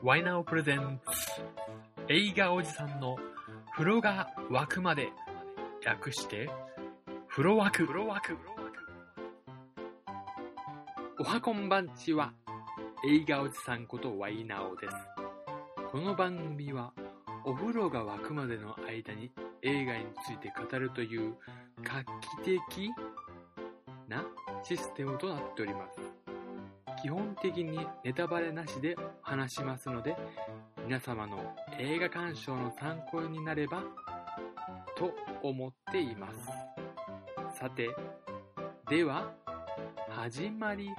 ワイナオプレゼンツ映画おじさんの風呂が沸くまで、略して風呂沸く。おはこんばんちは、映画おじさんことワイナオです。この番組はお風呂が沸くまでの間に映画について語るという画期的なシステムとなっております。基本的にネタバレなしで話しますので、皆様の映画鑑賞の参考になればと思っています。さて、では始まり。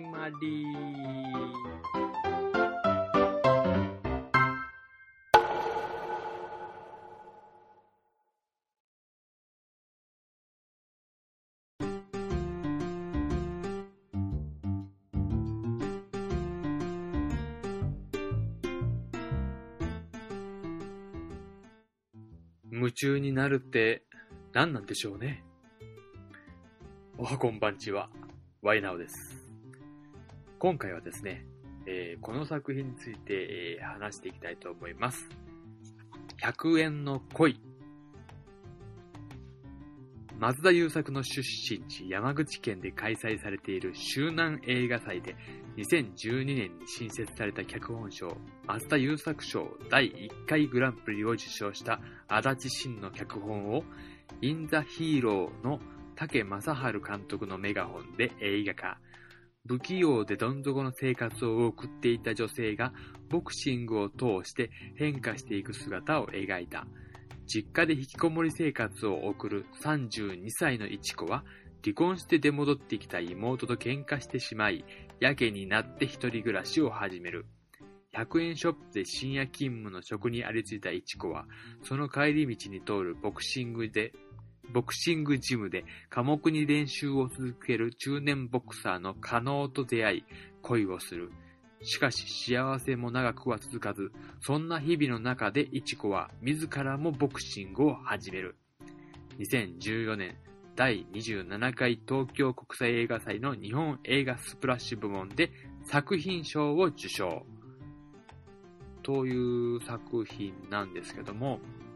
夢中になるって何なんでしょうね。おはこんばんちは、ワイナオです。今回はですね、この作品について、話していきたいと思います。100円の恋。松田優作の出身地山口県で開催されている周南映画祭で2012年に新設された脚本賞松田優作賞第1回グランプリを受賞した足立慎の脚本をイン・ザ・ヒーローの武正春監督のメガホンで映画化。不器用でどん底の生活を送っていた女性がボクシングを通して変化していく姿を描いた。実家で引きこもり生活を送る32歳の一子は離婚して出戻ってきた妹と喧嘩してしまい、やけになって一人暮らしを始める。100円ショップで深夜勤務の職にありついた一子は、その帰り道に通るボクシングジムで寡黙に練習を続ける中年ボクサーの加納と出会い、恋をする。しかし幸せも長くは続かず、そんな日々の中で一子は自らもボクシングを始める。2014年第27回東京国際映画祭の日本映画スプラッシュ部門で作品賞を受賞という作品なんですけども、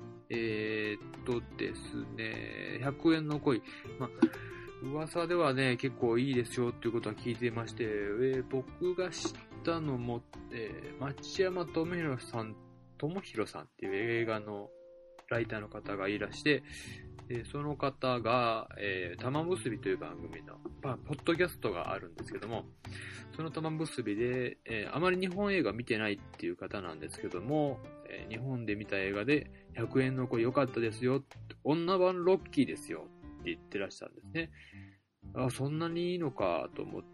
ですね、100円の恋、噂ではね、結構いいですよっていうことは聞いていまして、僕が知ったのも、町山智博さんっていう映画のライターの方がいらして、その方が、玉結びという番組の、ポッドキャストがあるんですけども、その玉結びで、あまり日本映画見てないっていう方なんですけども、日本で見た映画で100円の恋良かったですよ、女版ロッキーですよって言ってらっしゃるんですね。そんなにいいのかと思って、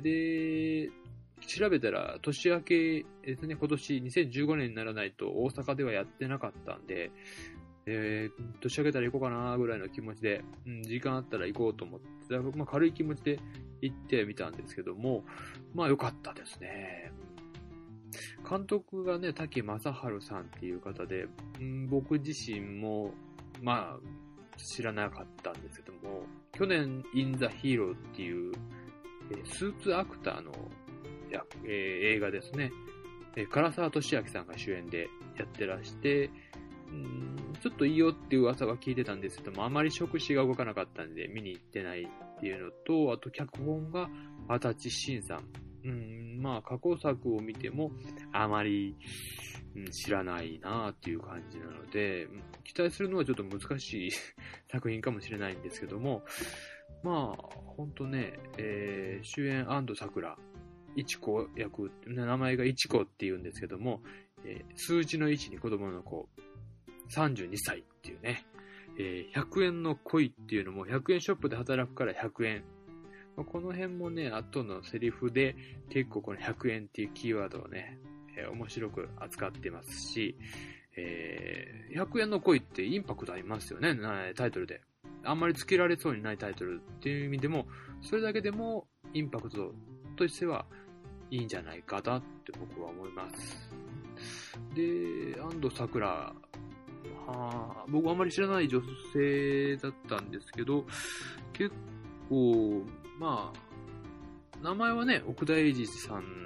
で、調べたら年明けですね、今年2015年にならないと大阪ではやってなかったんで、年明けたら行こうかなぐらいの気持ちで、時間あったら行こうと思って、軽い気持ちで行ってみたんですけども、良かったですね。監督がね、武正春さんっていう方で、僕自身も、知らなかったんですけども、去年、イン・ザ・ヒーローっていう、スーツアクターの映画ですね。唐沢寿明さんが主演でやってらして、ちょっといいよっていう噂は聞いてたんですけども、あまり触手が動かなかったんで見に行ってないっていうのと、あと脚本が足立慎さん。過去作を見てもあまり、知らないなっていう感じなので、期待するのはちょっと難しい作品かもしれないんですけども、ほんとね、主演安藤サクラ、一子役、名前が一子っていうんですけども、数字の1に子供の子、32歳っていうね、100円の恋っていうのも100円ショップで働くから100円。この辺もね、後のセリフで結構この100円っていうキーワードをね、面白く扱ってますし、100円の恋ってインパクトありますよね、タイトルで。あんまり付けられそうにないタイトルっていう意味でも、それだけでもインパクトとしてはいいんじゃないかなって僕は思います。で、安藤サクラ、僕あんまり知らない女性だったんですけど、結構、名前はね、奥田英二さん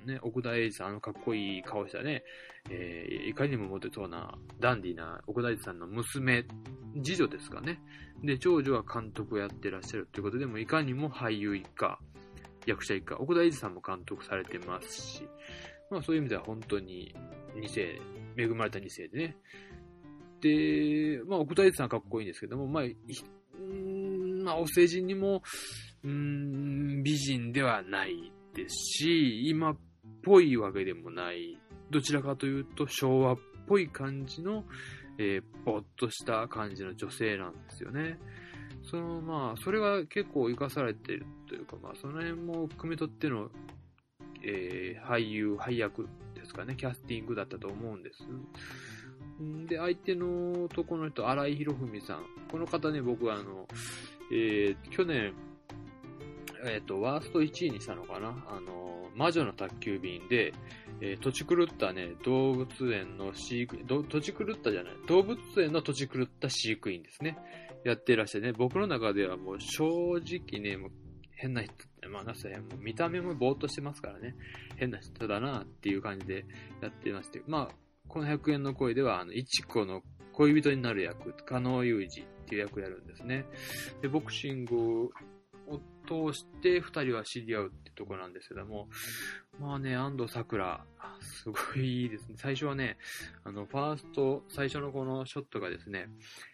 ね、奥田瑛二さん、かっこいい顔したね、いかにもモテそうな、ダンディーな奥田瑛二さんの娘、次女ですかね。で、長女は監督をやってらっしゃるということで、もいかにも俳優一家、役者一家、奥田瑛二さんも監督されてますし、まあそういう意味では本当に2世、恵まれた2世でね。で、まあ奥田瑛二さんかっこいいんですけども、まあお世辞にも、美人ではないですし、今っぽいわけでもない。どちらかというと昭和っぽい感じの、ぼーっとした感じの女性なんですよね。まあ、それは結構活かされているというか、まあ、その辺も汲み取っての、配役ですかね、キャスティングだったと思うんです。で、相手の男の人、荒井博文さん。この方ね、僕は去年、ワースト1位にしたのかな、魔女の宅急便で、土地狂ったね、動物園の飼育員、土地狂ったじゃない、動物園の土地狂った飼育員ですね。やってらしてね、僕の中ではもう正直ね、もう変な人、まあ、もう見た目もぼーっとしてますからね、変な人だなっていう感じでやってまして、まあ、この100円の恋では、いちこの恋人になる役、加納裕二っていう役をやるんですね。で、ボクシングを通して2人は知り合うってとこなんですけども、まあね、安藤サクラ、すごいいいですね。最初はね、ファースト、最初のこのショットがですね、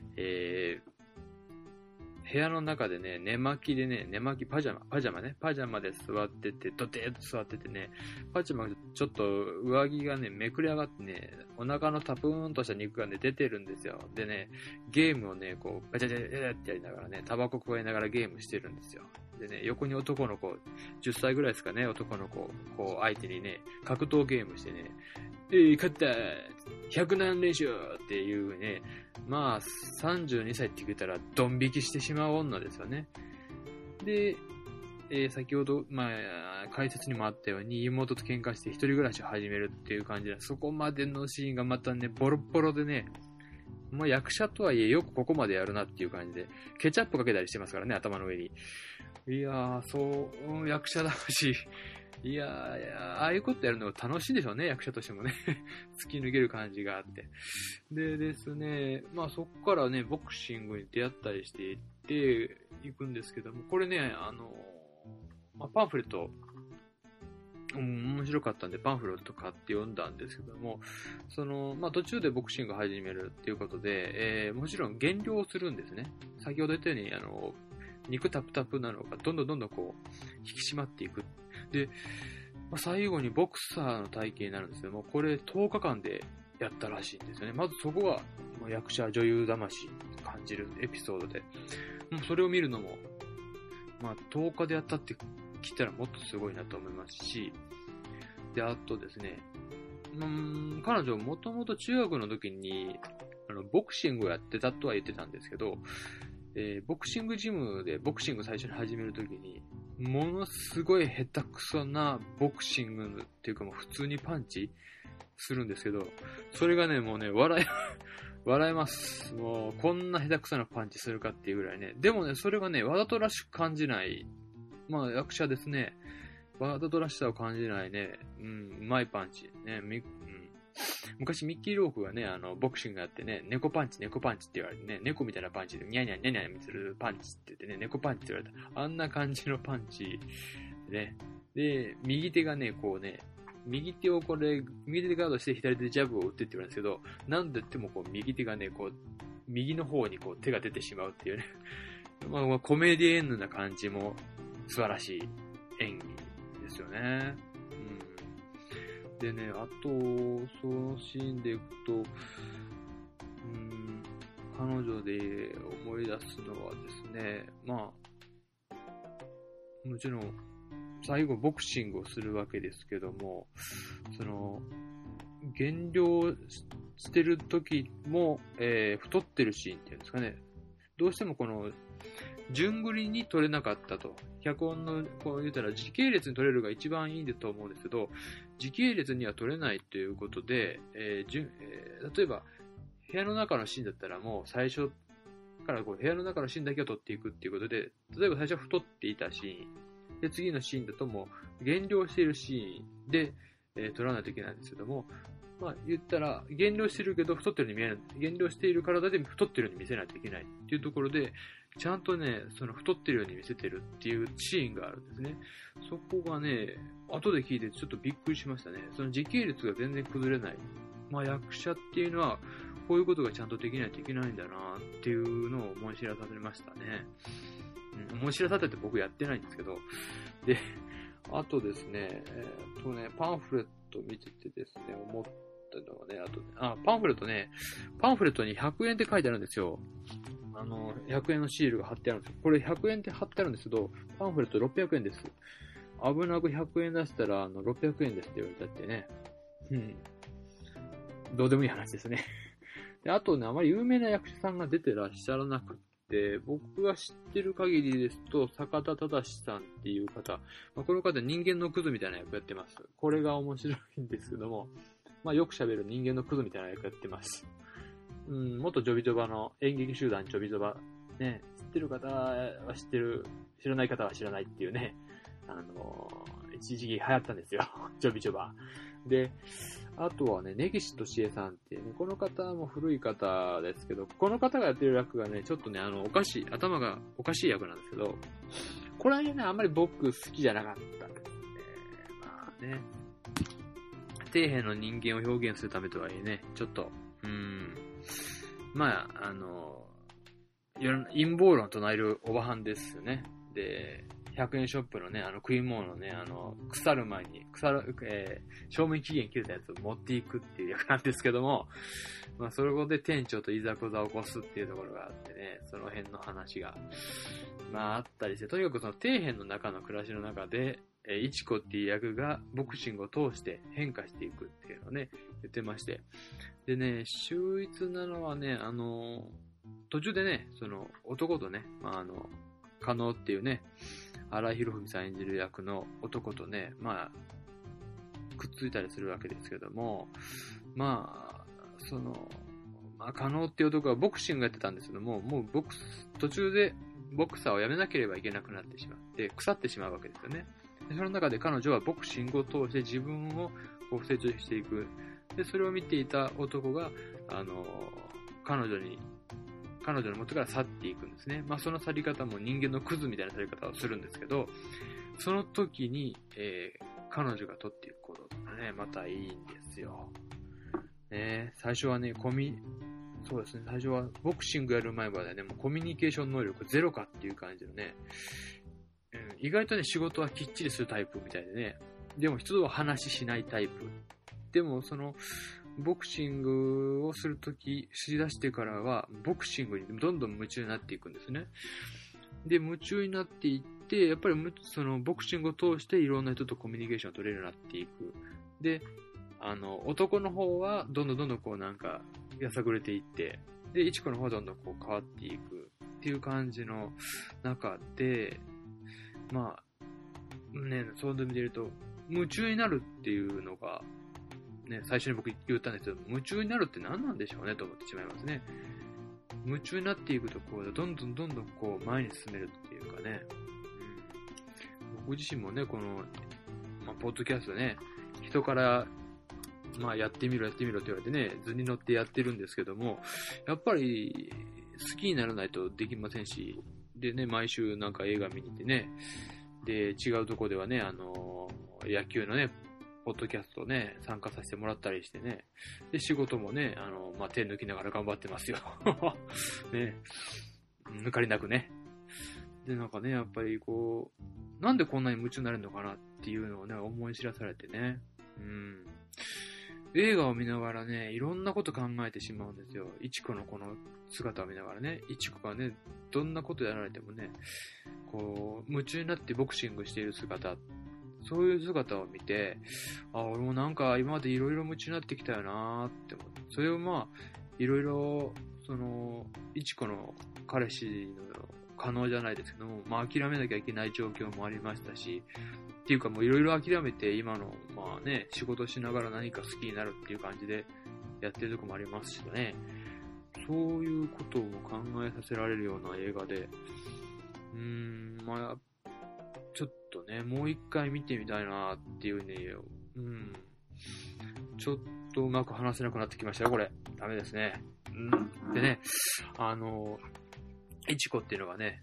部屋の中でね、寝巻きでね、パジャマで座ってて、ドテーっと座っててね、パジャマちょっと上着がね、めくれ上がってね、お腹のタプーンとした肉がね、出てるんですよ。でね、ゲームをね、こう、バチャバチャバチャってやりながらね、タバコ加えながらゲームしてるんですよ。でね、横に男の子、10歳ぐらいですかね、男の子、こう、相手にね、格闘ゲームしてね、勝った100何連勝っていうね、まあ、32歳って言ったら、ドン引きしてしまう女ですよね。で、先ほど、まあ、解説にもあったように、妹と喧嘩して一人暮らしを始めるっていう感じで、そこまでのシーンがまたね、ボロボロでね、まあ、役者とはいえよくここまでやるなっていう感じで、ケチャップかけたりしてますからね、頭の上に。いやー、そう、役者だし、いやー、ああいうことやるのが楽しいでしょうね、役者としてもね。突き抜ける感じがあって。でですね、まあそこからね、ボクシングに出会ったりしていっていくんですけども、これね、まあ、パンフレット、面白かったんでパンフレット買って読んだんですけども、まあ途中でボクシングを始めるっていうことで、もちろん減量するんですね。先ほど言ったように、肉タプタプなのがどんどんこう、引き締まっていく。で、まあ、最後にボクサーの体型になるんですけども、これ10日間でやったらしいんですよね。まずそこが、役者、女優魂感じるエピソードで、もうそれを見るのも、まあ10日でやったって聞いたらもっとすごいなと思いますし、で、あとですね、彼女もともと中学の時に、ボクシングをやってたとは言ってたんですけど、ボクシングジムでボクシング最初に始めるときに、ものすごい下手くそなボクシングっていうかもう普通にパンチするんですけど、それがね、もうね、笑えます。もう、こんな下手くそなパンチするかっていうぐらいね。でもね、それがね、わざとらしく感じない。まあ、役者ですね。わざとらしさを感じないね。うまいパンチ。ね、昔ミッキー・ロークがね、ボクシングやってね、猫パンチって言われてね、猫みたいなパンチで、ニャニャニャニャするパンチって言ってね、猫パンチって言われた。あんな感じのパンチでね。で、右手がね、こうね、右手でガードして左手でジャブを打ってって言われるんですけど、なんでってもこう右手がね、こう、右の方にこう手が出てしまうっていうね。まあ、コメディエンヌな感じも素晴らしい演技ですよね。でね、あと、そのシーンでいくと、彼女で思い出すのはですね、まあ、もちろん、最後ボクシングをするわけですけども、減量してる時も、太ってるシーンっていうんですかね、どうしてもこの、順繰りに撮れなかったと。脚本の、こう言ったら時系列に撮れるが一番いいんだと思うんですけど、時系列には撮れないということで、例えば、部屋の中のシーンだったらもう最初からこう部屋の中のシーンだけを撮っていくっていうことで、例えば最初は太っていたシーンで、次のシーンだともう減量しているシーンで、撮らないといけないんですけども、まあ言ったら減量してるけど太ってるように見えない、減量している体で太ってるように見せないといけないっていうところで、ちゃんとね、その太ってるように見せてるっていうシーンがあるんですね。そこがね、後で聞いてちょっとびっくりしましたね。その時系列が全然崩れない。まあ役者っていうのは、こういうことがちゃんとできないといけないんだなっていうのを思い知らされましたね。思い知らされて僕やってないんですけど。で、あとですね、パンフレット見ててですね、思ったのはね、パンフレットに100円って書いてあるんですよ。100円のシールが貼ってあるんですよ。これ100円って貼ってあるんですけど、パンフレット600円です。危なく100円出したら、600円ですって言われたってね。どうでもいい話ですね。で、あとね、あまり有名な役者さんが出てらっしゃらなくって、僕が知ってる限りですと、坂田忠さんっていう方、この方人間のクズみたいな役やってます。これが面白いんですけども、よく喋る人間のクズみたいな役やってます。元ジョビジョバの演劇集団ジョビジョバ、ね、知ってる方は知ってる、知らない方は知らないっていうね、一時期流行ったんですよ。ジョビジョバ。で、あとはね、根岸敏江さんっていうね、この方も古い方ですけど、この方がやってる役がね、ちょっとね、頭がおかしい役なんですけど、これはね、あんまり僕好きじゃなかったですね。まあね、底辺の人間を表現するためとはいえね、ちょっと、陰謀論を唱えるおばはんですよね。で、100円ショップのね、食い物のね、腐る前に、賞味期限切れたやつを持っていくっていう役なんですけども、それで店長といざこざを起こすっていうところがあってね、その辺の話が、あったりして、とにかくその底辺の中の暮らしの中で、いちこっていう役がボクシングを通して変化していくっていうのをね、言ってまして。でね、秀逸なのはね、途中でね、その男とね、加納っていうね、荒井博文さん演じる役の男とね、くっついたりするわけですけども、加納っていう男はボクシングやってたんですけども、もう途中でボクサーをやめなければいけなくなってしまって、腐ってしまうわけですよね。でその中で彼女はボクシングを通して自分をこう成長していく。で、それを見ていた男が、彼女の元から去っていくんですね。その去り方も人間のクズみたいな去り方をするんですけど、その時に、彼女が取っていく行動がね、またいいんですよ。ね、最初はね、そうですね、最初はボクシングやる前までね、もうコミュニケーション能力ゼロかっていう感じのね、意外とね、仕事はきっちりするタイプみたいでね、でも人とは話しないタイプ。でもボクシングをするとき、しだしてからは、ボクシングにどんどん夢中になっていくんですね。で、夢中になっていって、やっぱりそのボクシングを通していろんな人とコミュニケーションを取れるようになっていく。で、男の方はどんどんこうなんか、やさぐれていって、で、いちこの方はどんどんこう変わっていくっていう感じの中で、そうで見てると、夢中になるっていうのが、ね、最初に僕言ったんですけど、夢中になるって何なんでしょうねと思ってしまいますね。夢中になっていくと、こう、どんどんこう、前に進めるっていうかね。僕自身もね、この、ポッドキャストね、人から、やってみろって言われてね、図に乗ってやってるんですけども、やっぱり、好きにならないとできませんし、でね、毎週なんか映画見に行ってね、で、違うとこではね、野球のね、ポッドキャストね、参加させてもらったりしてね。で、仕事もね、手抜きながら頑張ってますよ。ね。抜かりなくね。で、なんかね、やっぱりこう、なんでこんなに夢中になれるのかなっていうのをね、思い知らされてね。映画を見ながらね、いろんなこと考えてしまうんですよ。いちこのこの姿を見ながらね、いちこがね、どんなことやられてもね、こう、夢中になってボクシングしている姿、そういう姿を見て、俺もなんか今までいろいろ夢中になってきたよなーって思って、それをいろいろ、いちこの彼氏の可能じゃないですけども、諦めなきゃいけない状況もありましたし、っていうかもういろいろ諦めて今の、仕事しながら何か好きになるっていう感じでやってるとこもありますしね、そういうことを考えさせられるような映画で、ちょっととね、もう一回見てみたいなっていうね、ちょっとうまく話せなくなってきましたよ、これ。ダメですね。でね、いちこっていうのがね、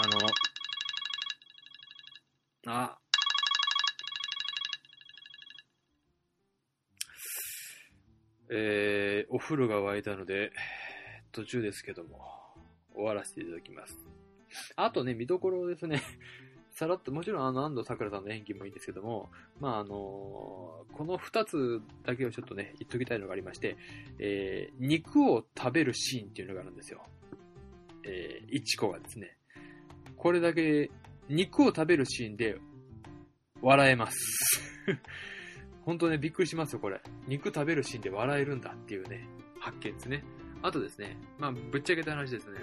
お風呂が沸いたので、途中ですけども、終わらせていただきます。あとね、見どころですね。さらっと、もちろん安藤サクラさんの演技もいいんですけども、この2つだけをちょっとね、言っときたいのがありまして、肉を食べるシーンっていうのがあるんですよ。いちこがですね、これだけ肉を食べるシーンで笑えます。本当ね、びっくりしますよ、これ。肉食べるシーンで笑えるんだっていうね、発見ですね。あとですね、ぶっちゃけた話ですね、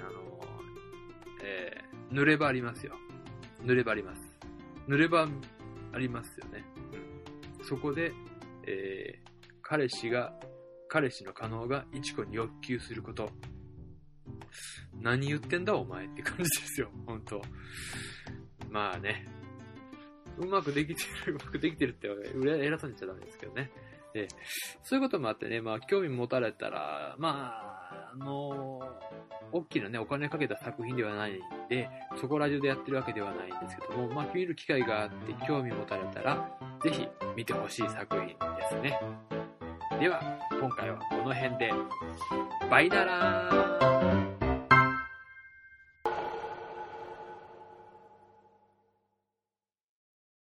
濡れ場ありますよ。濡れ場あります。濡れ場ありますよね。そこで、彼氏の加納がいちこに欲求すること。何言ってんだお前って感じですよ、本当。まあね。うまくできてるって偉そうに言っちゃダメですけどね。そういうこともあってね、興味持たれたら、大きなね、お金かけた作品ではないんで、そこラジオでやってるわけではないんですけども、見る機会があって興味持たれたら、ぜひ見てほしい作品ですね。では、今回はこの辺で、バイナラー。